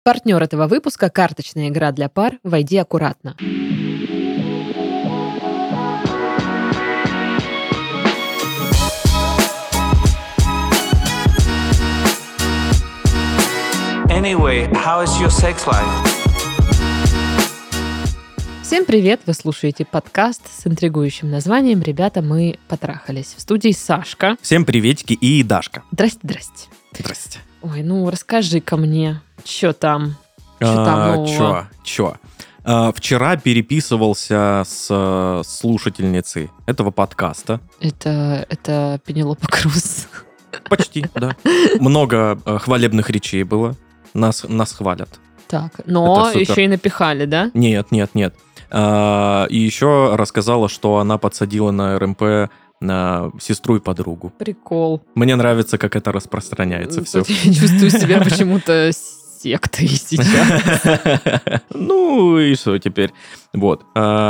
Партнер этого выпуска – карточная игра для пар «Войди аккуратно». Anyway, how is your sex life? Всем привет! Вы слушаете подкаст с интригующим названием «Ребята, мы потрахались». В студии Сашка. Всем приветики и Дашка. Здрасте. Здрасте. Ой, ну расскажи-ка мне, что там? Что там нового? Чё? Вчера переписывался с слушательницей этого подкаста. Это Пенелопа Круз. Почти, да. Много хвалебных речей было. Нас хвалят. Так, но Это супер. еще и напихали, да? Нет. И еще рассказала, что она подсадила на РМП сестру и подругу. Прикол. Мне нравится, как это распространяется все. Я чувствую себя почему-то сектой сейчас. Ну и что теперь? Вот.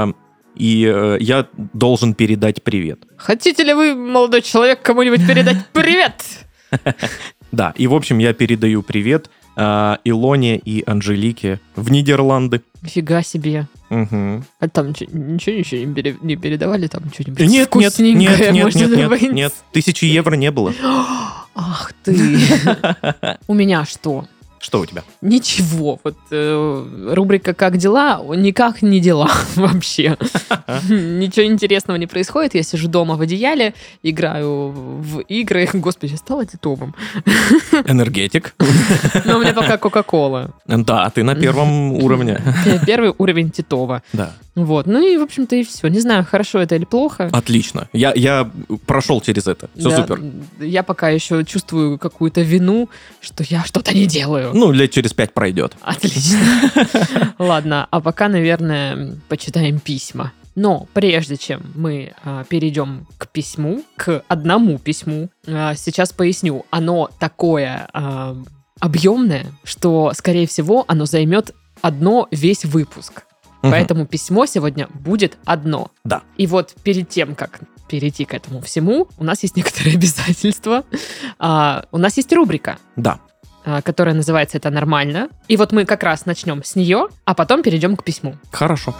И я должен передать привет. Хотите ли вы, молодой человек, кому-нибудь передать привет? Да, и в общем я передаю привет Илоне и Анжелике в Нидерланды. Нифига себе. Угу. А там ничего не передавали? Там что-нибудь Нет, вкусненькое? Может быть? 1000 евро не было. Ах ты. У меня что? Что у тебя? Ничего. Вот рубрика «Как дела?» никак не дела вообще. Ничего интересного не происходит. Я сижу дома в одеяле, играю в игры. Господи, я стала титовым. Энергетик. Но у меня пока Кока-Кола. Да, ты на первом уровне. Первый уровень титова. Да. Вот. Ну и, в общем-то, и все. Не знаю, хорошо это или плохо. Отлично. Я прошел через это. Все Да, супер. Я пока еще чувствую какую-то вину, что я что-то не делаю. Ну, лет через 5 пройдет. Отлично. Ладно, а пока, наверное, почитаем письма. Но прежде чем мы перейдем к письму, к одному письму, сейчас поясню. Оно такое объемное, что, скорее всего, оно займет весь выпуск. Поэтому письмо сегодня будет одно. Да. И вот перед тем, как перейти к этому всему, у нас есть некоторые обязательства. У нас есть рубрика. Да. Которая называется «Это нормально». И вот мы как раз начнем с нее, а потом перейдем к письму. Хорошо.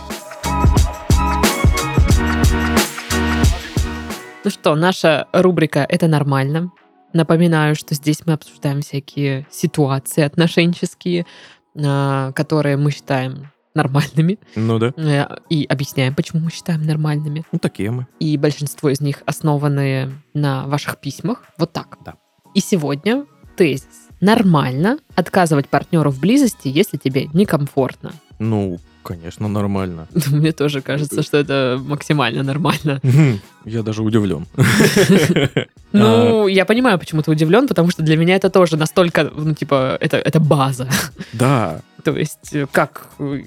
Ну что, наша рубрика «Это нормально». Напоминаю, что здесь мы обсуждаем всякие ситуации отношенческие, которые мы считаем нормальными. Ну да. И объясняем, почему мы считаем нормальными. Ну такие мы. И большинство из них основаны на ваших письмах. Вот так. Да. И сегодня тезис. Нормально отказывать партнеру в близости, если тебе некомфортно. Ну, конечно, нормально. Мне тоже кажется, что это максимально нормально. Я даже удивлен. Ну, я понимаю, почему ты удивлен, потому что для меня это тоже настолько, ну, типа, это база. Да. То есть, как?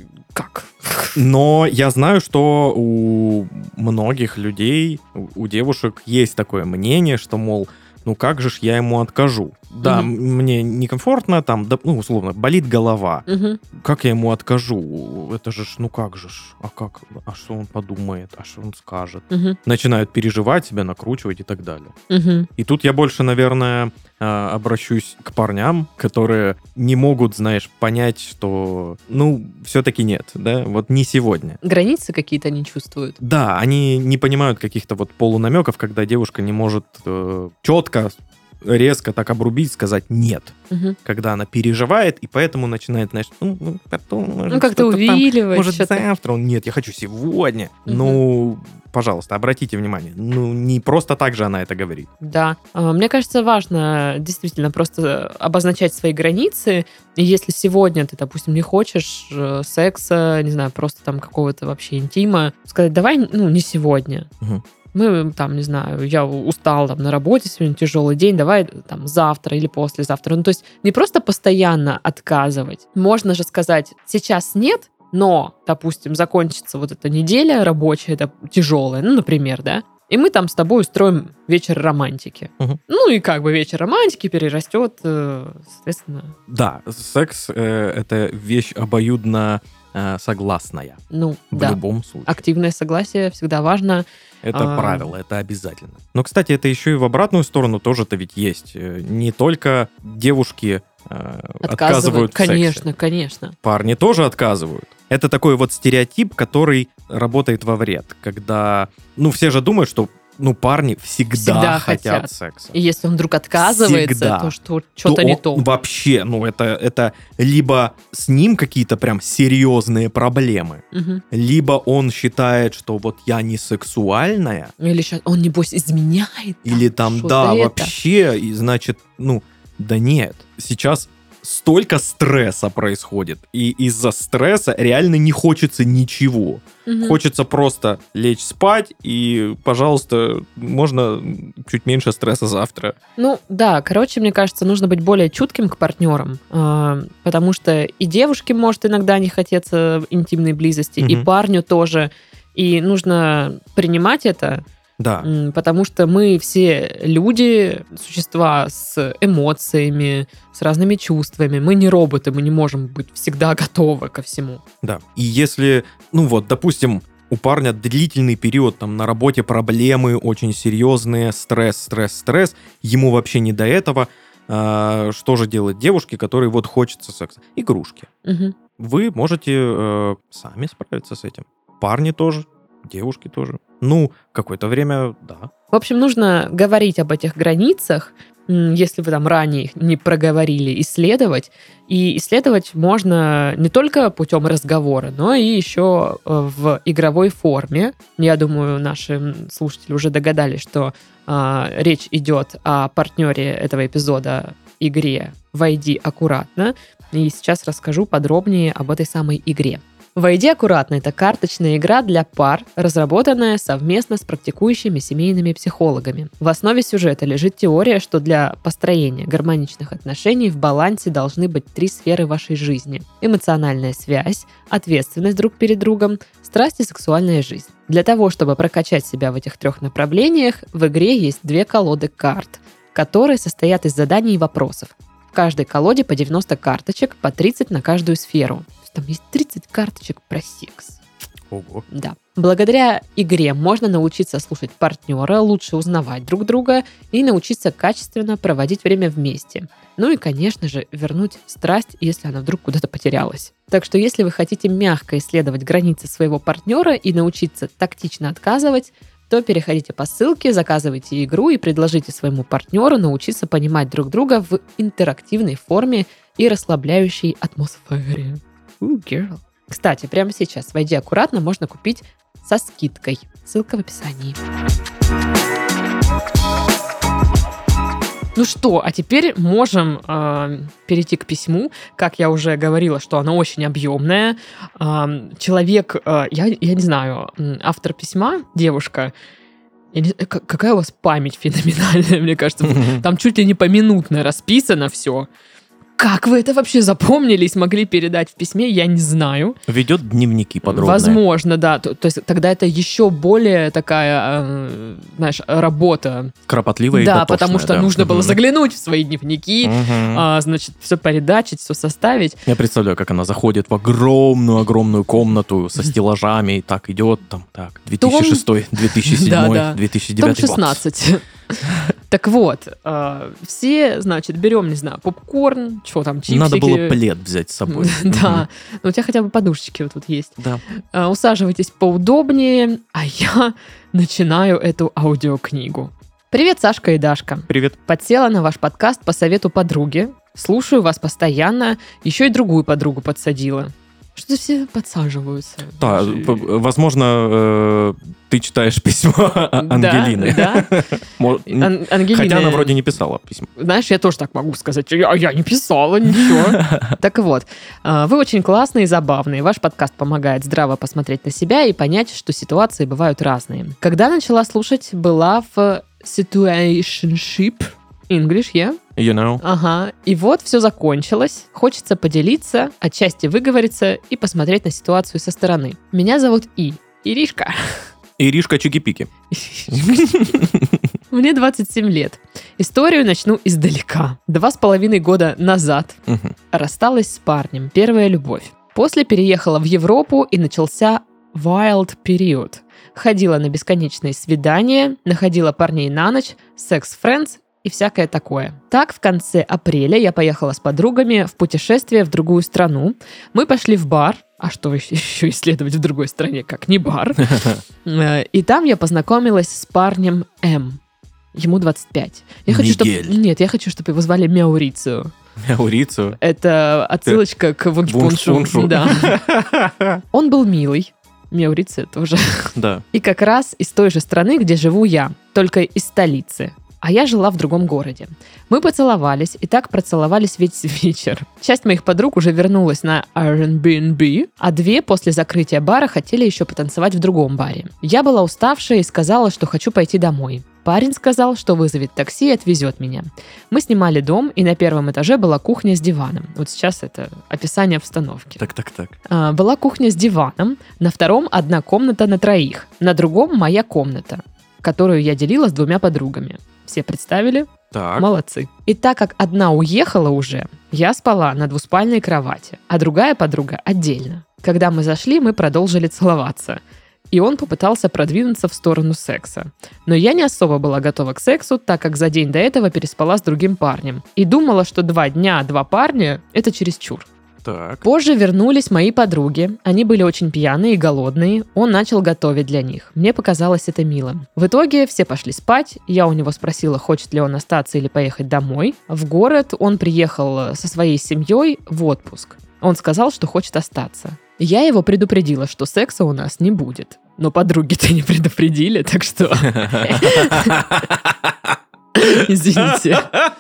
Но я знаю, что у многих людей, у девушек есть такое мнение, что, мол, ну как же ж я ему откажу? Да, мне некомфортно, там, да, ну, условно, болит голова. Как я ему откажу? Это же ж, ну как же ж? А как? А что он подумает? А что он скажет? Начинают переживать, себя накручивать и так далее. И тут я больше, наверное, обращусь к парням, которые не могут, знаешь, понять, что, ну, все-таки нет, да, вот не сегодня. Границы какие-то не чувствуют. Да, они не понимают каких-то вот полунамеков, когда девушка не может четко, резко так обрубить, сказать «нет». Когда она переживает, и поэтому начинает, знаешь, потом, может, как-то увиливать. Может, завтра. Нет, я хочу сегодня. Ну, пожалуйста, обратите внимание. Ну, не просто так же она это говорит. Да. Мне кажется, важно действительно просто обозначать свои границы. И если сегодня ты, допустим, не хочешь секса, не знаю, просто там какого-то вообще интима, сказать «давай, ну, не сегодня». Мы там, не знаю, я устал там на работе, сегодня тяжелый день, давай там завтра или послезавтра. Ну, то есть не просто постоянно отказывать. Можно же сказать, сейчас нет, но, допустим, закончится вот эта неделя рабочая, это тяжелая, ну, например, да, и мы там с тобой устроим вечер романтики. Ну, и как бы вечер романтики перерастет, соответственно... Да, секс — это вещь обоюдно согласная. Ну, в да. любом случае. Активное согласие всегда важно. Это правило, это обязательно. Но, кстати, это еще и в обратную сторону тоже-то ведь есть. Не только девушки отказывают в сексе. Конечно. Парни тоже отказывают. Это такой вот стереотип, который работает во вред, когда, все же думают, что, парни всегда хотят секса. И если он вдруг отказывается, то что-то не то. Вообще, это либо с ним какие-то прям серьезные проблемы, либо он считает, что вот я не сексуальная. Или сейчас он, небось, изменяет. Или там, вообще, и значит, да нет. Сейчас столько стресса происходит, и из-за стресса реально не хочется ничего. Хочется просто лечь спать, и, пожалуйста, можно чуть меньше стресса завтра. Мне кажется, нужно быть более чутким к партнерам, потому что и девушке может иногда не хотеться интимной близости, и парню тоже, и нужно принимать это. Да. Потому что мы все люди, существа с эмоциями, с разными чувствами. Мы не роботы, мы не можем быть всегда готовы ко всему. Да. И если, допустим, у парня длительный период там на работе проблемы очень серьезные, стресс, ему вообще не до этого, что же делать девушке, которой вот хочется секса? Игрушки. Вы можете сами справиться с этим. Парни тоже. Девушки тоже. Какое-то время, да. В общем, нужно говорить об этих границах, если вы там ранее их не проговорили, исследовать. И исследовать можно не только путем разговора, но и еще в игровой форме. Я думаю, наши слушатели уже догадались, что речь идет о партнере этого эпизода, игре «Войди аккуратно». И сейчас расскажу подробнее об этой самой игре. «Войди аккуратно» — это карточная игра для пар, разработанная совместно с практикующими семейными психологами. В основе сюжета лежит теория, что для построения гармоничных отношений в балансе должны быть 3 сферы вашей жизни: эмоциональная связь, ответственность друг перед другом, страсть и сексуальная жизнь. Для того, чтобы прокачать себя в этих 3 направлениях, в игре есть 2 колоды карт, которые состоят из заданий и вопросов. В каждой колоде по 90 карточек, по 30 на каждую сферу. Там есть 30 карточек про секс. Ого. Да. Благодаря игре можно научиться слушать партнера, лучше узнавать друг друга и научиться качественно проводить время вместе. И, конечно же, вернуть страсть, если она вдруг куда-то потерялась. Так что, если вы хотите мягко исследовать границы своего партнера и научиться тактично отказывать, то переходите по ссылке, заказывайте игру и предложите своему партнеру научиться понимать друг друга в интерактивной форме и расслабляющей атмосфере. Girl. Кстати, прямо сейчас «Войди аккуратно» можно купить со скидкой. Ссылка в описании. А теперь можем перейти к письму. Как я уже говорила, что оно очень объемное. Человек, я не знаю, автор письма, девушка, какая у вас память феноменальная, мне кажется. Там чуть ли не поминутно расписано все. Как вы это вообще запомнили и смогли передать в письме, я не знаю. Ведет дневники подробные. Возможно, да. То есть тогда это еще более такая, работа. Кропотливая и дотошная. Да, дотошная, потому что нужно было заглянуть в свои дневники, все поредачить, все составить. Я представляю, как она заходит в огромную комнату со стеллажами и так идет, 2006, 2007, 2009 Том 16. Так вот, все, берем, не знаю, попкорн, что там, чипсики. Надо было плед взять с собой. Да, но у тебя хотя бы подушечки вот тут есть. Да. Усаживайтесь поудобнее, а я начинаю эту аудиокнигу. Привет, Сашка и Дашка. Привет. Подсела на ваш подкаст по совету подруги. Слушаю вас постоянно, еще и другую подругу подсадила. Что все подсаживаются. Да, возможно, ты читаешь письмо Ангелины. Да. Ангелина. Хотя она вроде не писала письмо. Знаешь, я тоже так могу сказать. Я не писала ничего. Так вот, вы очень классные и забавные. Ваш подкаст помогает здраво посмотреть на себя и понять, что ситуации бывают разные. Когда начала слушать, была в situationship. English, yeah? You know. Ага. И вот все закончилось. Хочется поделиться, отчасти выговориться и посмотреть на ситуацию со стороны. Меня зовут Иришка. Иришка Чики-Пики. Мне 27 лет. Историю начну издалека. 2,5 года назад рассталась с парнем. Первая любовь. После переехала в Европу и начался wild период. Ходила на бесконечные свидания, находила парней на ночь, секс-френдс и всякое такое. Так, в конце апреля я поехала с подругами в путешествие в другую страну. Мы пошли в бар. А что еще исследовать в другой стране, как не бар? И там я познакомилась с парнем М. Ему 25. Я хочу, чтобы его звали Мяурицио. Мяурицио? Это отсылочка к Вуншпуншу. Да. Он был милый. Мяурицио тоже. Да. И как раз из той же страны, где живу я, только из столицы. А я жила в другом городе. Мы поцеловались, и так процеловались весь вечер. Часть моих подруг уже вернулась на Airbnb, а 2 после закрытия бара хотели еще потанцевать в другом баре. Я была уставшая и сказала, что хочу пойти домой. Парень сказал, что вызовет такси и отвезет меня. Мы снимали дом, и на 1-м этаже была кухня с диваном. Вот сейчас это описание обстановки. Так. Была кухня с диваном, на 2-м одна комната на 3, на другом моя комната, которую я делила с 2 подругами. Все представили? Так. Молодцы. И так как одна уехала уже, я спала на 2-спальной кровати, а другая подруга отдельно. Когда мы зашли, мы продолжили целоваться. И он попытался продвинуться в сторону секса. Но я не особо была готова к сексу, так как за день до этого переспала с другим парнем. И думала, что 2 дня, 2 парня – это чересчур. Так. Позже вернулись мои подруги. Они были очень пьяные и голодные. Он начал готовить для них. Мне показалось это милым. В итоге все пошли спать. Я у него спросила, хочет ли он остаться или поехать домой. В город он приехал со своей семьей в отпуск. Он сказал, что хочет остаться. Я его предупредила, что секса у нас не будет. Но подруги-то не предупредили, так что... Извините.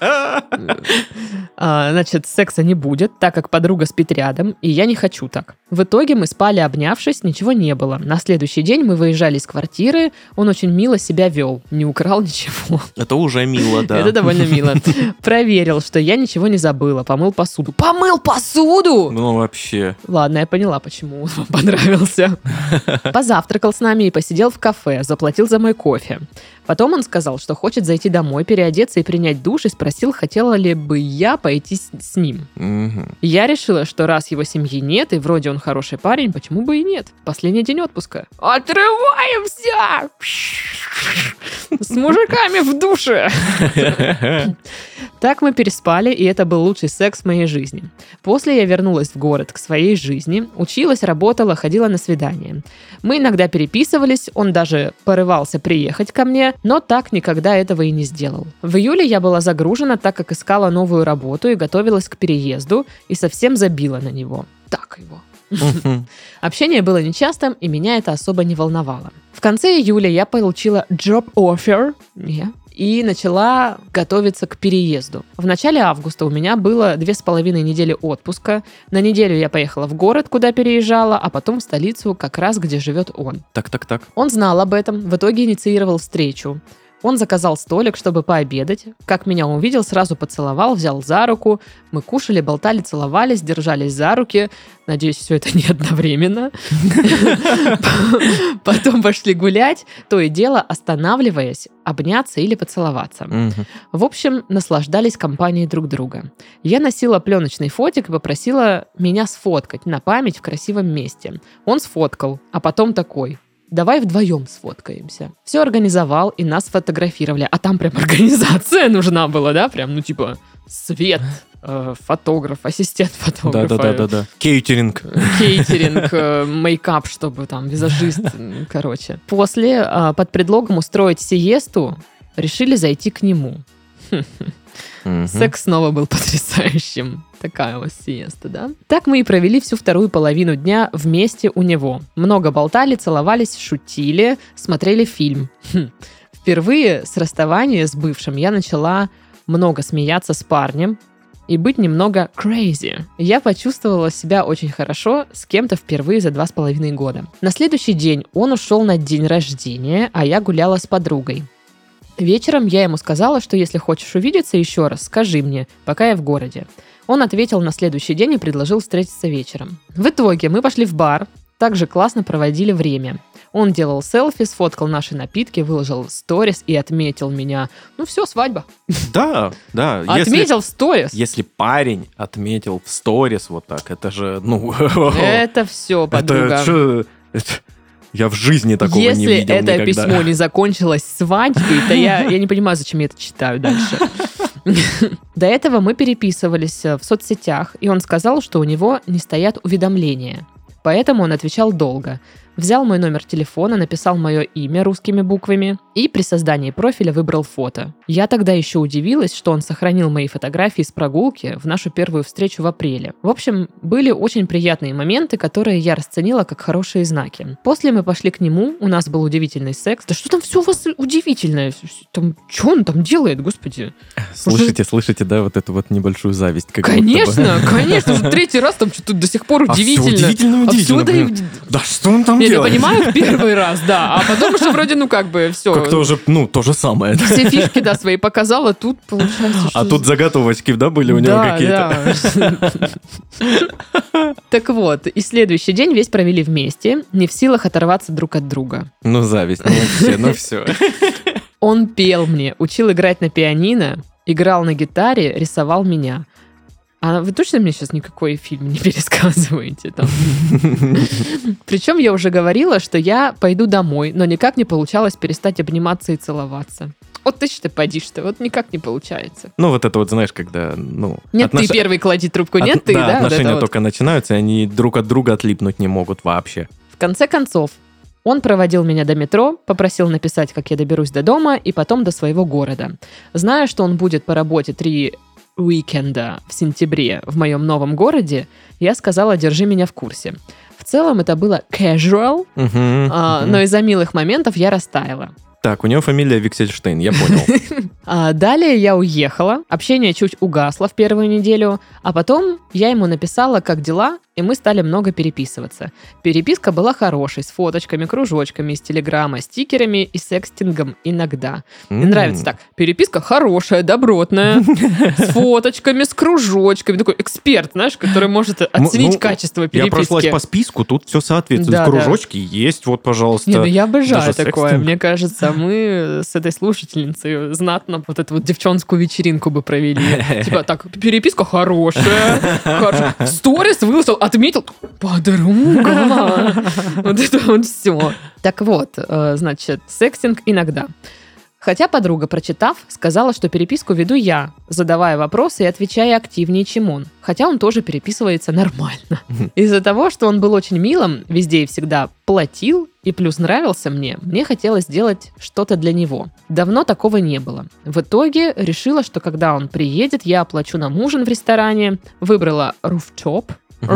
Значит, секса не будет, так как подруга спит рядом, и я не хочу так. В итоге мы спали, обнявшись, ничего не было. На следующий день мы выезжали из квартиры, он очень мило себя вел, не украл ничего. Это уже мило, да. Это довольно мило. Проверил, что я ничего не забыла, помыл посуду. Помыл посуду?! Ну, вообще. Ладно, я поняла, почему он вам понравился. Позавтракал с нами и посидел в кафе, заплатил за мой кофе. Потом он сказал, что хочет зайти домой, переодеться и принять душ, и спросил, хотела ли бы я пойти с ним. Угу. Я решила, что раз его семьи нет, и вроде он хороший парень, почему бы и нет? Последний день отпуска. Отрываемся! С мужиками в душе! Так мы переспали, и это был лучший секс в моей жизни. После я вернулась в город к своей жизни, училась, работала, ходила на свидания. Мы иногда переписывались, он даже порывался приехать ко мне, но так никогда этого и не сделал. В июле я была загружена, так как искала новую работу и готовилась к переезду, и совсем забила на него. Так его. Общение было нечастым, и меня это особо не волновало. В конце июля я получила job offer и начала готовиться к переезду. В начале августа у меня было 2,5 недели отпуска. На неделю я поехала в город, куда переезжала, а потом в столицу, как раз где живет он. Так. Он знал об этом, в итоге инициировал встречу. Он заказал столик, чтобы пообедать. Как меня увидел, сразу поцеловал, взял за руку. Мы кушали, болтали, целовались, держались за руки. Надеюсь, все это не одновременно. Потом пошли гулять, то и дело останавливаясь, обняться или поцеловаться. В общем, наслаждались компанией друг друга. Я носила пленочный фотик и попросила меня сфоткать на память в красивом месте. Он сфоткал, а потом такой: давай вдвоем сфоткаемся. Все организовал, и нас сфотографировали. А там прям организация нужна была, да? Прям, свет, фотограф, ассистент фотографа. Да. Кейтеринг, мейкап, чтобы там, визажист, короче. После, под предлогом устроить сиесту, решили зайти к нему. Секс снова был потрясающим. Такая у вас сиеста, да? Так мы и провели всю вторую половину дня вместе у него. Много болтали, целовались, шутили, смотрели фильм. Впервые с расставания с бывшим я начала много смеяться с парнем и быть немного crazy. Я почувствовала себя очень хорошо с кем-то впервые за 2,5 года. На следующий день он ушел на день рождения, а я гуляла с подругой. Вечером я ему сказала, что если хочешь увидеться еще раз, скажи мне, пока я в городе. Он ответил на следующий день и предложил встретиться вечером. В итоге мы пошли в бар, также классно проводили время. Он делал селфи, сфоткал наши напитки, выложил в сторис и отметил меня. Ну все, свадьба. Да. Отметил в сторис. Если парень отметил в сторис вот так, это же, Это все, подруга. Я в жизни такого не видел Если это никогда. письмо не закончилось свадьбой, то я не понимаю, зачем я это читаю дальше. До этого мы переписывались в соцсетях, и он сказал, что у него не стоят уведомления. Поэтому он отвечал долго. Взял мой номер телефона, написал мое имя русскими буквами и при создании профиля выбрал фото. Я тогда еще удивилась, что он сохранил мои фотографии с прогулки в нашу первую встречу в апреле. В общем, были очень приятные моменты, которые я расценила как хорошие знаки. После мы пошли к нему, у нас был удивительный секс. Да что там все у вас удивительное? Что он там делает, господи? Слышите, да, вот эту вот небольшую зависть? Конечно, уже третий раз там что-то до сих пор удивительно. Да что он там Я делает? понимаю в первый раз, да, а потом уже вроде, все. Как-то уже, то же самое. Все фишки, да, свои показала, тут получается, что... А тут заготовочки, да, были у него какие-то? Да. Так вот, и следующий день весь провели вместе, не в силах оторваться друг от друга. Ну, зависть, вообще, все. Он пел мне, учил играть на пианино, играл на гитаре, рисовал меня. А вы точно мне сейчас никакой фильм не пересказываете там? Причем я уже говорила, что я пойду домой, но никак не получалось перестать обниматься и целоваться. Вот ты что подишь-то, вот никак не получается. Ну, вот это вот, знаешь, когда, Нет, ты первый клади трубку, нет, ты, да? Отношения только начинаются, и они друг от друга отлипнуть не могут вообще. В конце концов, он проводил меня до метро, попросил написать, как я доберусь до дома, и потом до своего города. Зная, что он будет по работе 3 уикенда в сентябре в моем новом городе, я сказала, держи меня в курсе. В целом это было casual, но из-за милых моментов я растаяла. Так, у него фамилия Виксельштейн, я понял. Далее я уехала, общение чуть угасло в первую неделю, а потом я ему написала, как дела, и мы стали много переписываться. Переписка была хорошей, с фоточками, кружочками из Телеграма, стикерами и секстингом иногда. Мне нравится так. Переписка хорошая, добротная, с фоточками, с кружочками. Такой эксперт, знаешь, который может оценить качество переписки. Я прошлась по списку, тут все соответствует. Да, кружочки есть, вот, пожалуйста. Не, я обожаю Даже такое. секстинг. Мне кажется, мы с этой слушательницей знатно вот эту вот девчонскую вечеринку бы провели. Типа, так, переписка хорошая. Сторис выложил, отметил. Подруга. Вот это вот все. Так вот, значит, сексинг иногда. Хотя подруга, прочитав, сказала, что переписку веду я, задавая вопросы и отвечая активнее, чем он. Хотя он тоже переписывается нормально. Из-за того, что он был очень милым, везде и всегда платил, и плюс нравился мне хотелось сделать что-то для него. Давно такого не было. В итоге решила, что когда он приедет, я оплачу нам ужин в ресторане, выбрала rooftop,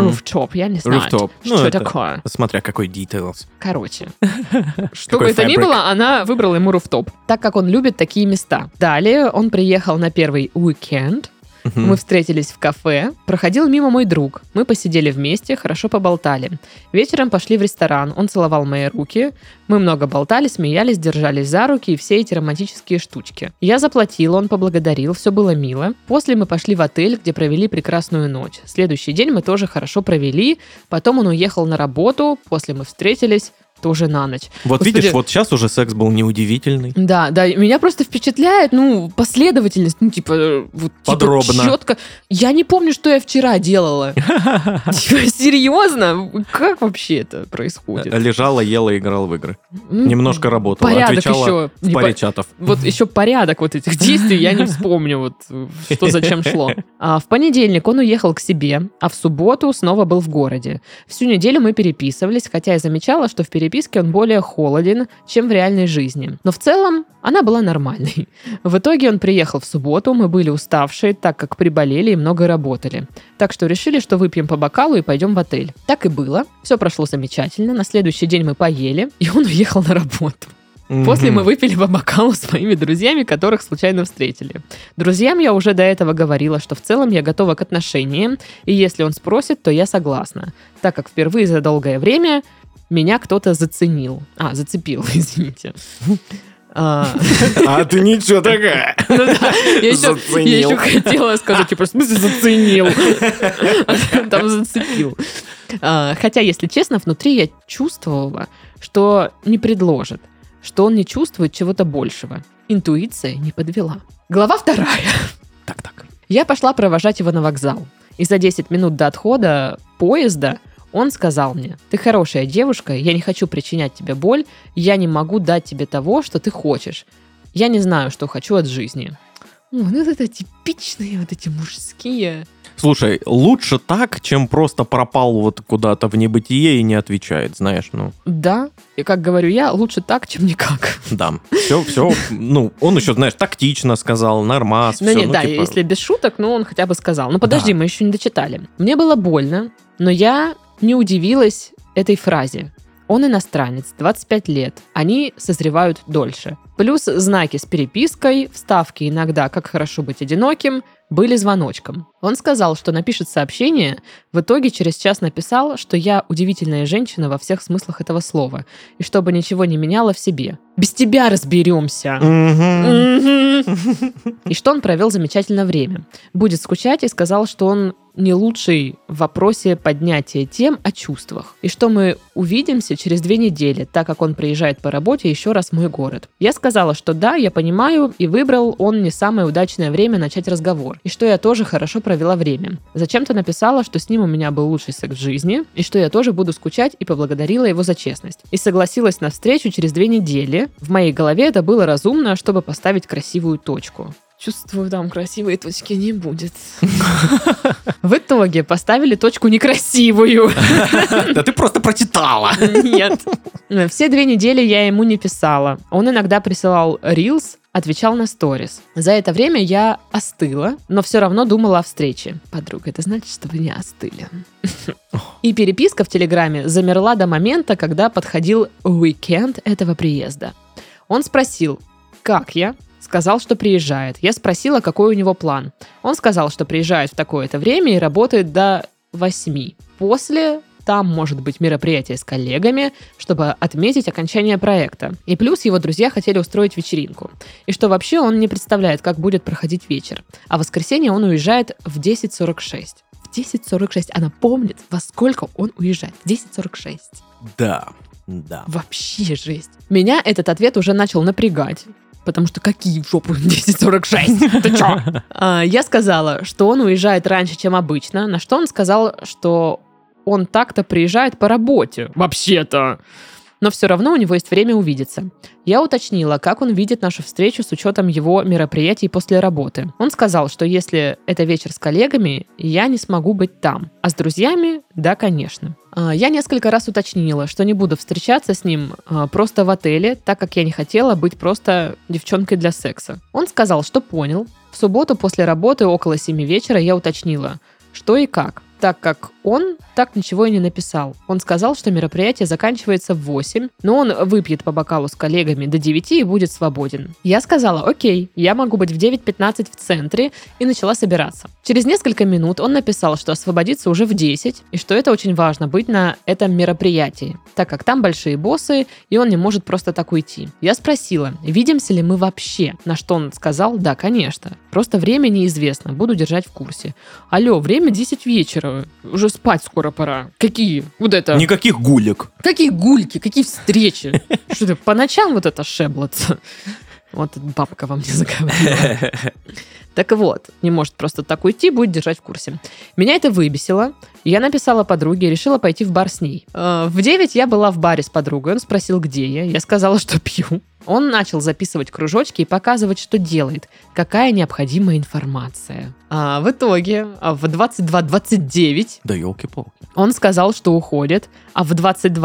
я не знаю, Rooftop. что это такое. Смотря какой details. Короче, что бы это ни было, она выбрала ему руфтоп, так как он любит такие места. Далее он приехал на первый уикенд. Мы встретились в кафе, проходил мимо мой друг. Мы посидели вместе, хорошо поболтали. Вечером пошли в ресторан, он целовал мои руки. Мы много болтали, смеялись, держались за руки и все эти романтические штучки. Я заплатила, он поблагодарил, все было мило. После мы пошли в отель, где провели прекрасную ночь. Следующий день мы тоже хорошо провели. Потом он уехал на работу, после мы встретились. Тоже на ночь. Вот Господи, видишь, вот сейчас уже секс был неудивительный. Да, меня просто впечатляет, последовательность, Подробно. четко. Я не помню, что я вчера делала. Серьезно? Как вообще это происходит? Лежала, ела, играла в игры. Немножко работала, порядок отвечала еще в паре чатов. Вот еще порядок вот этих действий я не вспомню, что зачем шло. В понедельник он уехал к себе, а в субботу снова был в городе. Всю неделю мы переписывались, хотя я замечала, что в переписке он более холоден, чем в реальной жизни. Но в целом она была нормальной. В итоге он приехал в субботу, мы были уставшие, так как приболели и много работали. Так что решили, что выпьем по бокалу и пойдем в отель. Так и было. Все прошло замечательно. На следующий день мы поели, и он уехал на работу. После мы выпили по бокалу с моими друзьями, которых случайно встретили. Друзьям я уже до этого говорила, что в целом я готова к отношениям, и если он спросит, то я согласна, так как впервые за долгое время меня кто-то зацепил, извините. А ты ничего такая. Я еще хотела сказать, в смысле заценил? Там зацепил. Хотя, если честно, внутри я чувствовала, что не предложит, что он не чувствует чего-то большего. Интуиция не подвела. Глава 2. Так. Я пошла провожать его на вокзал. И за 10 минут до отхода поезда Он сказал мне: ты хорошая девушка, я не хочу причинять тебе боль, я не могу дать тебе того, что ты хочешь. Я не знаю, что хочу от жизни. Ну, это типичные вот эти мужские. Слушай, лучше так, чем просто пропал вот куда-то в небытие и не отвечает, знаешь, ну. Да, и как говорю я, лучше так, чем никак. Да, все, ну, он еще, знаешь, тактично сказал, нормас, Ну все. нет, да, типа... если без шуток, ну он хотя бы сказал. Ну подожди, Да. мы еще не дочитали. Мне было больно, но я не удивилась этой фразе. Он иностранец, 25 лет. Они созревают дольше. Плюс знаки с перепиской, вставки иногда «как хорошо быть одиноким» были звоночком. Он сказал, что напишет сообщение, в итоге через час написал, что я удивительная женщина во всех смыслах этого слова, и чтобы ничего не меняло в себе. Без тебя разберемся. И что он провел замечательное время. Будет скучать и сказал, что он не лучший в вопросе поднятия тем о чувствах. И что мы увидимся через 2 недели, так как он приезжает по работе еще раз в мой город. Я сказала, что да, я понимаю, и выбрал он не самое удачное время начать разговор. И что я тоже хорошо провела время. Зачем-то написала, что с ним у меня был лучший секс в жизни, и что я тоже буду скучать, и поблагодарила его за честность. И согласилась на встречу через 2 недели. В моей голове это было разумно, чтобы поставить красивую точку. Чувствую, там красивой точки не будет. В итоге поставили точку некрасивую. Да ты просто прочитала. Нет. Все 2 недели я ему не писала. Он иногда присылал рилс, отвечал на сторис. За это время я остыла, но все равно думала о встрече. Подруга, это значит, что вы не остыли. И переписка в Телеграме замерла до момента, когда подходил уикенд этого приезда. Он спросил, как я? Сказал, что приезжает. Я спросила, какой у него план. Он сказал, что приезжает в такое-то время и работает до 8. После там может быть мероприятие с коллегами, чтобы отметить окончание проекта. И плюс его друзья хотели устроить вечеринку. И что вообще он не представляет, как будет проходить вечер. А в воскресенье он уезжает в 10:46. В 10:46. Она помнит, во сколько он уезжает. В 10:46. Да. Вообще жесть. Меня этот ответ уже начал напрягать. Потому что какие в жопу 10:46? Ты чё? Я сказала, что он уезжает раньше, чем обычно, на что он сказал, что он так-то приезжает по работе. Вообще-то. Но все равно у него есть время увидеться. Я уточнила, как он видит нашу встречу с учетом его мероприятий после работы. Он сказал, что если это вечер с коллегами, я не смогу быть там. А с друзьями, да, конечно. Я несколько раз уточнила, что не буду встречаться с ним просто в отеле, так как я не хотела быть просто девчонкой для секса. Он сказал, что понял. В субботу после работы около 7 вечера я уточнила, что и как. Так как он так ничего и не написал. Он сказал, что мероприятие заканчивается в 8, но он выпьет по бокалу с коллегами до 9 и будет свободен. Я сказала, окей, я могу быть в 9:15 в центре, и начала собираться. Через несколько минут он написал, что освободится уже в 10, и что это очень важно быть на этом мероприятии, так как там большие боссы, и он не может просто так уйти. Я спросила, видимся ли мы вообще, на что он сказал, да, конечно. Просто время неизвестно, буду держать в курсе. Алло, время 10 вечера, уже спать скоро пора. Какие? Вот это... Никаких гулек. Какие гульки, какие встречи? Что ты, по ночам вот это шеблаться? Вот бабка вам не заговорила. Так вот, не может просто так уйти, будет держать в курсе. Меня это выбесило. Я написала подруге, решила пойти в бар с ней. В 9 я была в баре с подругой, он спросил, где я. Я сказала, что пью. Он начал записывать кружочки и показывать, что делает, какая необходимая информация. В итоге в 22:29 Да елки-палки. он сказал, что уходит, а в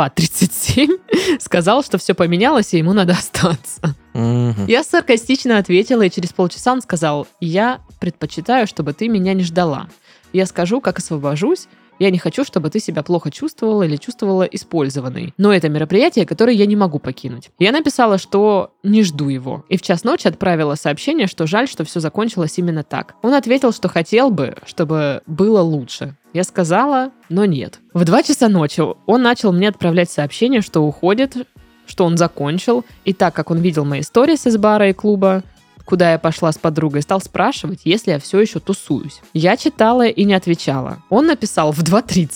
22:37 сказал, что все поменялось, и ему надо остаться. Я саркастично ответила, и через полчаса он сказал, я предпочитаю, чтобы ты меня не ждала. Я скажу, как освобожусь. Я не хочу, чтобы ты себя плохо чувствовала или чувствовала использованной. Но это мероприятие, которое я не могу покинуть. Я написала, что не жду его. И в час ночи отправила сообщение, что жаль, что все закончилось именно так. Он ответил, что хотел бы, чтобы было лучше. Я сказала, но нет. В 2 часа ночи он начал мне отправлять сообщение, что уходит, что он закончил. И так как он видел мои сторис из бара и клуба, куда я пошла с подругой, стал спрашивать, если я все еще тусуюсь. Я читала и не отвечала. Он написал в 2:30.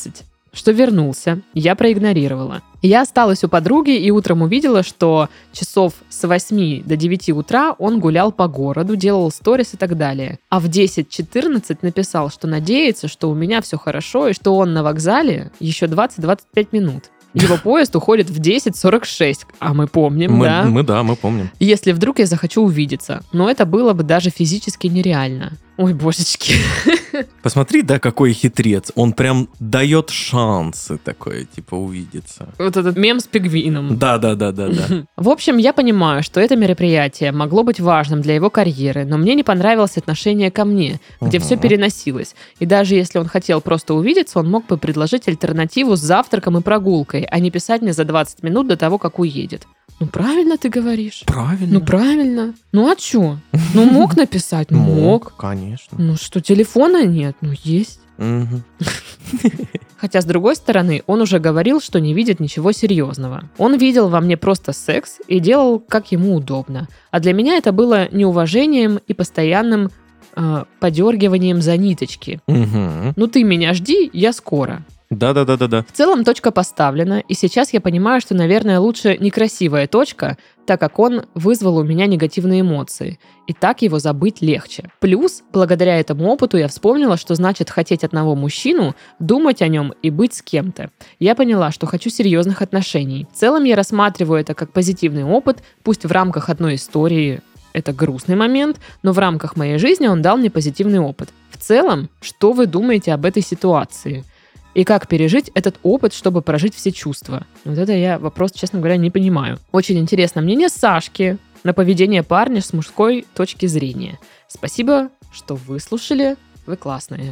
что вернулся, я проигнорировала. Я осталась у подруги и утром увидела, что часов с 8 до 9 утра он гулял по городу, делал сторис и так далее. А в 10:14 написал, что надеется, что у меня все хорошо и что он на вокзале еще 20-25 минут. Его поезд уходит в 10:46, а мы помним, да? Мы помним. Если вдруг я захочу увидеться. Но это было бы даже физически нереально. Ой, божечки. Посмотри, да, какой хитрец. Он прям дает шансы такое, типа, увидеться. Вот этот мем с пингвином. Да. В общем, я понимаю, что это мероприятие могло быть важным для его карьеры, но мне не понравилось отношение ко мне, где все переносилось. И даже если он хотел просто увидеться, он мог бы предложить альтернативу с завтраком и прогулкой, а не писать мне за 20 минут до того, как уедет. Ну, правильно ты говоришь. Правильно. Ну, правильно. Ну, а чё? Ну, мог написать? Мог. Конечно. Ну, что, телефона нет? Ну, есть. Мгм. Хотя, с другой стороны, он уже говорил, что не видит ничего серьезного. Он видел во мне просто секс и делал, как ему удобно. А для меня это было неуважением и постоянным подергиванием за ниточки. Мгм. Ну, ты меня жди, я скоро. Да. В целом точка поставлена, и сейчас я понимаю, что, наверное, лучше некрасивая точка, так как он вызвал у меня негативные эмоции. И так его забыть легче. Плюс, благодаря этому опыту я вспомнила, что значит хотеть одного мужчину, думать о нем и быть с кем-то. Я поняла, что хочу серьезных отношений. В целом я рассматриваю это как позитивный опыт, пусть в рамках одной истории это грустный момент, но в рамках моей жизни он дал мне позитивный опыт. В целом, что вы думаете об этой ситуации? И как пережить этот опыт, чтобы прожить все чувства? Вот это я вопрос, честно говоря, не понимаю. Очень интересно мнение Сашки на поведение парня с мужской точки зрения. Спасибо, что выслушали. Вы классные.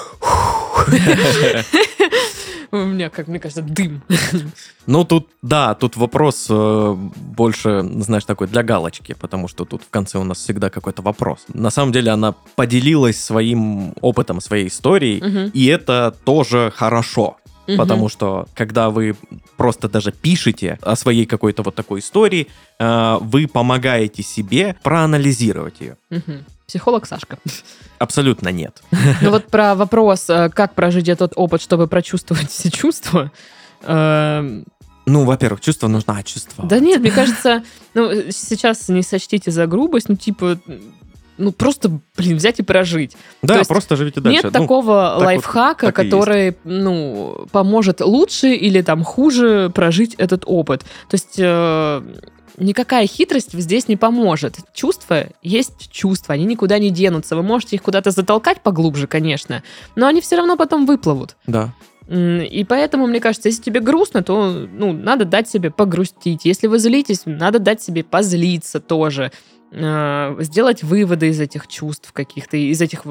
У меня, как мне кажется, дым. Ну, тут вопрос больше, знаешь, такой для галочки, потому что тут в конце у нас всегда какой-то вопрос. На самом деле она поделилась своим опытом, своей историей, и это тоже хорошо. Потому что, когда вы просто даже пишете о своей какой-то вот такой истории, вы помогаете себе проанализировать ее. Психолог Сашка. Абсолютно нет. Ну вот про вопрос, как прожить этот опыт, чтобы прочувствовать все чувства. Ну, во-первых, чувство нужно чувство. Да нет, мне кажется, сейчас не сочтите за грубость, просто, взять и прожить. Да, просто живите дальше. Нет такого лайфхака, вот, который, поможет лучше или там хуже прожить этот опыт. То есть никакая хитрость здесь не поможет. Чувства есть чувства, они никуда не денутся. Вы можете их куда-то затолкать поглубже, конечно, но они все равно потом выплывут. Да. И поэтому, мне кажется, если тебе грустно, то надо дать себе погрустить. Если вы злитесь, надо дать себе позлиться тоже. Сделать выводы из этих чувств каких-то, из этих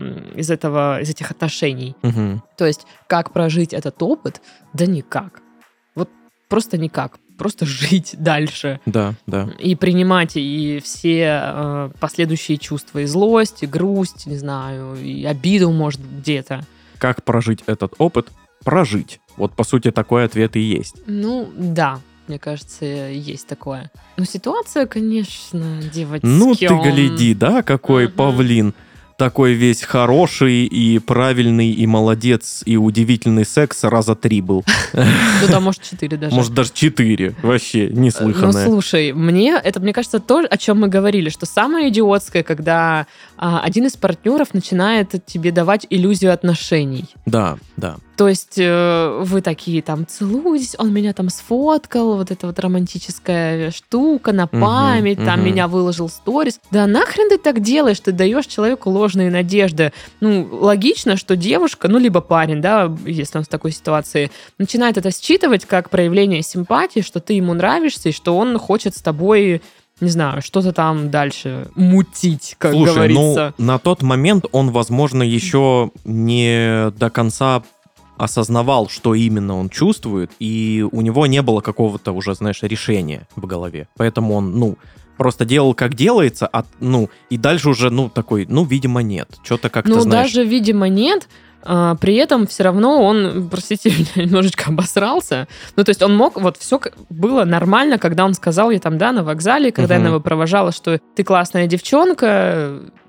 отношений. Угу. То есть, как прожить этот опыт? Да никак. Вот просто никак. Просто жить дальше. Да. И принимать и все последующие чувства. И злость, и грусть, не знаю, и обиду, может, где-то. Как прожить этот опыт? Прожить. Вот, по сути, такой ответ и есть. Да. Мне кажется, есть такое. Ситуация, конечно, девочки. Ты гляди, да, какой павлин. Такой весь хороший и правильный, и молодец, и удивительный секс раза 3 был. Да, может, 4 даже. Может, даже 4. Вообще неслыханное. Слушай, мне кажется, то, о чем мы говорили, что самое идиотское, когда один из партнеров начинает тебе давать иллюзию отношений. Да. То есть вы такие там целуетесь, он меня там сфоткал, вот эта вот романтическая штука на память, там меня выложил сторис. Да нахрен ты так делаешь? Ты даешь человеку ложные надежды. Логично, что девушка, либо парень, да, если он в такой ситуации, начинает это считывать как проявление симпатии, что ты ему нравишься и что он хочет с тобой, не знаю, что-то там дальше мутить, как говорится. На тот момент он, возможно, еще не до конца осознавал, что именно он чувствует, и у него не было какого-то уже, знаешь, решения в голове. Поэтому он, просто делал, как делается, и дальше уже, такой, видимо, нет. Что-то как-то, знаешь... даже, видимо, нет, при этом все равно он, простите меня, немножечко обосрался. То есть он мог, все было нормально, когда он сказал ей там, да, на вокзале, когда она его провожала, что ты классная девчонка,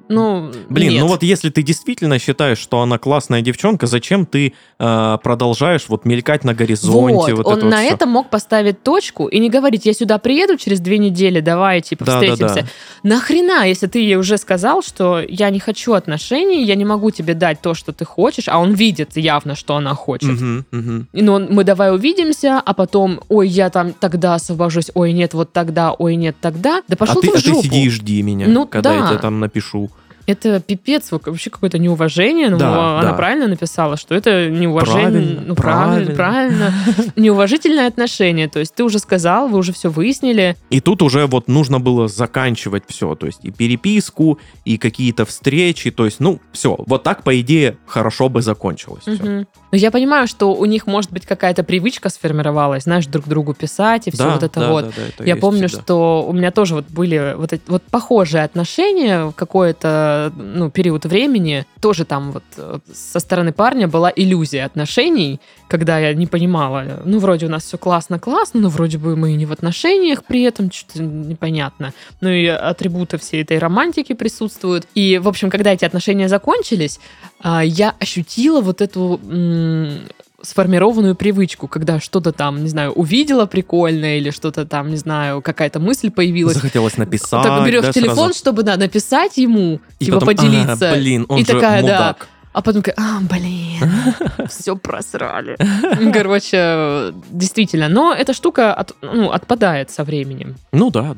Блин, нет. ну вот если ты действительно считаешь, что она классная девчонка, зачем ты продолжаешь вот мелькать на горизонте? Вот он это на вот всё? этом мог поставить точку и не говорить, я сюда приеду через 2 недели, давай, типа, Да-да-да. встретимся. Нахрена, если ты ей уже сказал, что я не хочу отношений, я не могу тебе дать то, что ты хочешь, а он видит явно, что она хочет. Мгм, мгм. Мы давай увидимся, а потом, ой, я там тогда освобожусь, ой, нет, вот тогда, ой, нет, тогда. Да пошел ты в ты жопу. сиди и жди меня, Ну, когда я да. тебе там напишу. Это пипец, вообще какое-то неуважение. Да, Она да. правильно написала, что это неуважение. Правильно. Неуважительное отношение. То есть ты уже сказал, вы уже все выяснили. И тут уже вот нужно было заканчивать все, то есть и переписку, и какие-то встречи, то есть, все, вот так, по идее, хорошо бы закончилось всё. Мгм. Но я понимаю, что у них, может быть, какая-то привычка сформировалась, знаешь, друг другу писать и все Да, вот это да, вот. да, это Я есть помню, всегда. что у меня тоже вот были вот похожие отношения в какой-то период времени. Тоже там вот со стороны парня была иллюзия отношений, когда я не понимала, вроде у нас все классно-классно, но вроде бы мы и не в отношениях при этом, что-то непонятно. И атрибуты всей этой романтики присутствуют. И, в общем, когда эти отношения закончились, я ощутила вот эту сформированную привычку, когда что-то там, не знаю, увидела прикольное или что-то там, не знаю, какая-то мысль появилась. Захотелось написать, Так берешь да, телефон, сразу. чтобы, написать ему, И типа потом, поделиться. блин, он и же такая, мудак. А потом такая, все просрали. Короче, действительно, но эта штука отпадает со временем. Ну да.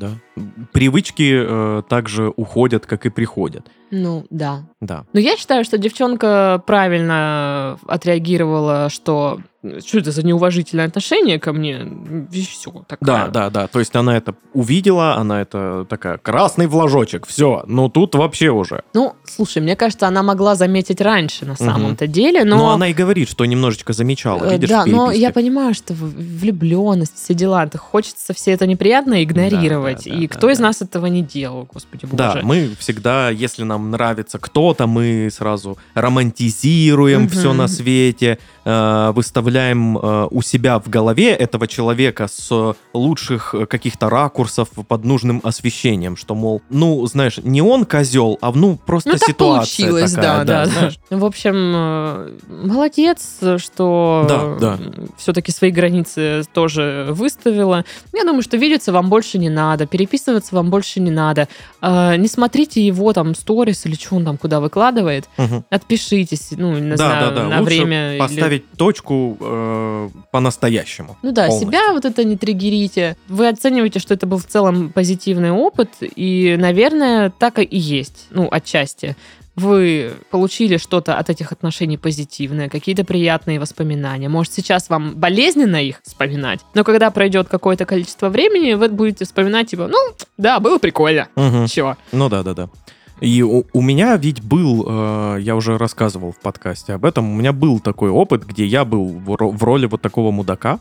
Привычки также уходят, как и приходят. Да. Да. Но я считаю, что девчонка правильно отреагировала, что это за неуважительное отношение ко мне, и все такая. Да. То есть она это увидела, она это такая, красный флажочек, все. Тут вообще уже. Слушай, мне кажется, она могла заметить раньше на самом-то деле, но... Но она и говорит, что немножечко замечала, видишь, да, в переписке. но я понимаю, что влюбленность, все дела, хочется все это неприятно игнорировать. Да, И кто из нас этого не делал, господи боже. Да, мы всегда, если нам нравится кто-то, мы сразу романтизируем все на свете, выставляем у себя в голове этого человека с лучших каких-то ракурсов под нужным освещением, что, мол, знаешь, не он козел, а просто так ситуация получилось, такая. да. Знаешь. В общем, молодец, что Да. все-таки свои границы тоже выставила. Я думаю, что видеться вам больше не надо, переписываться вам больше не надо. Не смотрите его там сторис или что он там куда выкладывает. Мгм. Отпишитесь, не знаю, на Лучше время. поставить точку по-настоящему. полностью. Себя вот это не триггерите. Вы оцениваете, что это был в целом позитивный опыт, и, наверное, так и есть, отчасти. Вы получили что-то от этих отношений позитивное, какие-то приятные воспоминания. Может, сейчас вам болезненно их вспоминать, но когда пройдет какое-то количество времени, вы будете вспоминать, типа, да, было прикольно. Мгм. Чего? Да. И у меня ведь был, я уже рассказывал в подкасте об этом, у меня был такой опыт, где я был в роли вот такого мудака,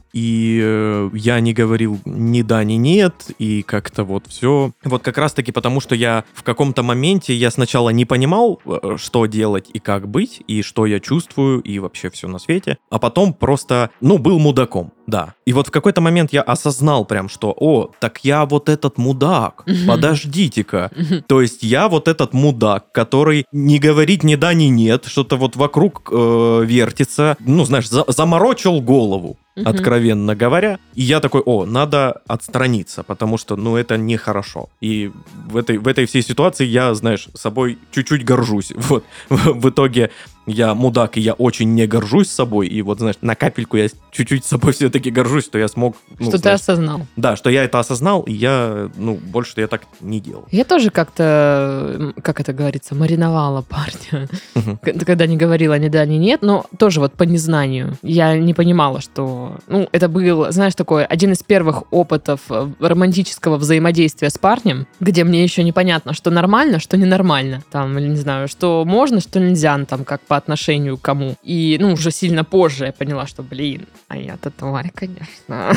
и я не говорил ни да, ни нет, и как-то вот все. Вот как раз-таки потому, что я в каком-то моменте, я сначала не понимал, что делать и как быть, и что я чувствую, и вообще все на свете, а потом просто, был мудаком, да. И вот в какой-то момент я осознал прям, что, так я вот этот мудак, подождите-ка. То есть я вот этот мудак, который не говорит ни да, ни нет, что-то вот вокруг вертится, знаешь, заморочил голову, откровенно говоря. И я такой, надо отстраниться, потому что, это нехорошо. И в этой всей ситуации я, знаешь, собой чуть-чуть горжусь. Вот, в итоге я мудак, и я очень не горжусь собой, и вот, знаешь, на капельку я чуть-чуть собой все-таки горжусь, что я смог... Что ты осознал. Да, что я это осознал, и я, больше я так не делал. Я тоже как-то, как это говорится, мариновала парня, когда не говорила ни да, ни нет, но тоже вот по незнанию. Я не понимала, что... это был, знаешь, такой один из первых опытов романтического взаимодействия с парнем, где мне еще непонятно, что нормально, что ненормально. Там, или не знаю, что можно, что нельзя, там, как по отношению к кому. И, уже сильно позже я поняла, что, а я-то тварь, конечно.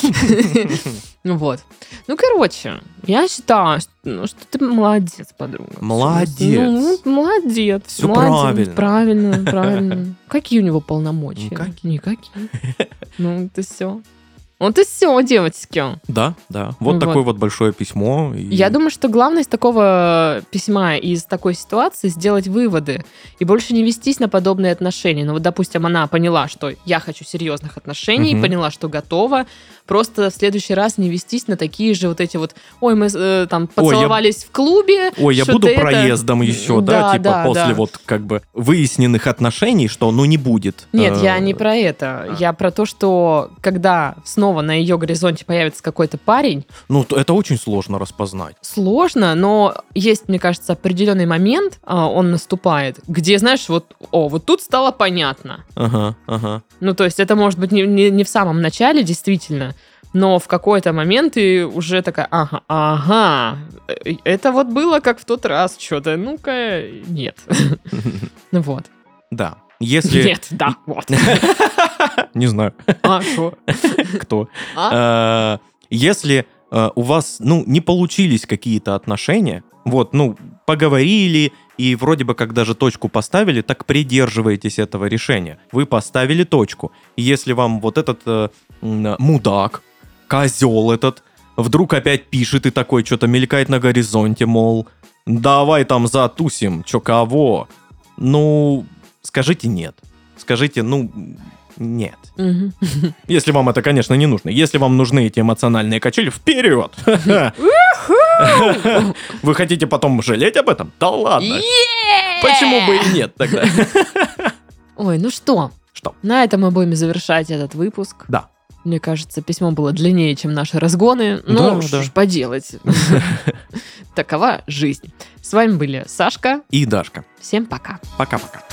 Вот. Короче, я считаю, что ты молодец, подруга. Молодец. Молодец. Все молодец. правильно. Правильно. Какие у него полномочия? Никакие. Это все. Вот и все, девочки. Да. Вот такое вот большое письмо. Я думаю, что главное из такого письма, из такой ситуации сделать выводы и больше не вестись на подобные отношения. Ну вот, допустим, она поняла, что я хочу серьезных отношений, поняла, что готова. Просто в следующий раз не вестись на такие же вот эти вот, ой, мы там поцеловались в клубе. Ой, я буду проездом еще, после вот как бы выясненных отношений, что ну не будет. Нет, я не про это. Я про то, что когда снова на ее горизонте появится какой-то парень... Ну, это очень сложно распознать. Сложно, но есть, мне кажется, определенный момент, он наступает, где, знаешь, вот тут стало понятно. Ага. Ну, то есть это может быть не в самом начале, действительно, но в какой-то момент ты уже такая, ага, это вот было как в тот раз что-то, ну-ка, нет. Ну вот. Да. Если... Нет, да, вот. Не знаю. Что? Кто? Если у вас, не получились какие-то отношения, вот, поговорили, и вроде бы как даже точку поставили, так придерживайтесь этого решения. Вы поставили точку. И если вам вот этот мудак, козел этот, вдруг опять пишет и такой что-то мелькает на горизонте, мол, давай там затусим, чё кого? Скажите нет. Скажите, нет. Если вам это, конечно, не нужно. Если вам нужны эти эмоциональные качели, вперед! Вы хотите потом жалеть об этом? Да ладно. Почему бы и нет тогда? Ой, ну что? Что? На этом мы будем завершать этот выпуск. Да. Мне кажется, письмо было длиннее, чем наши разгоны. Да. Что ж поделать. Такова жизнь. С вами были Сашка и Дашка. Всем пока. Пока-пока.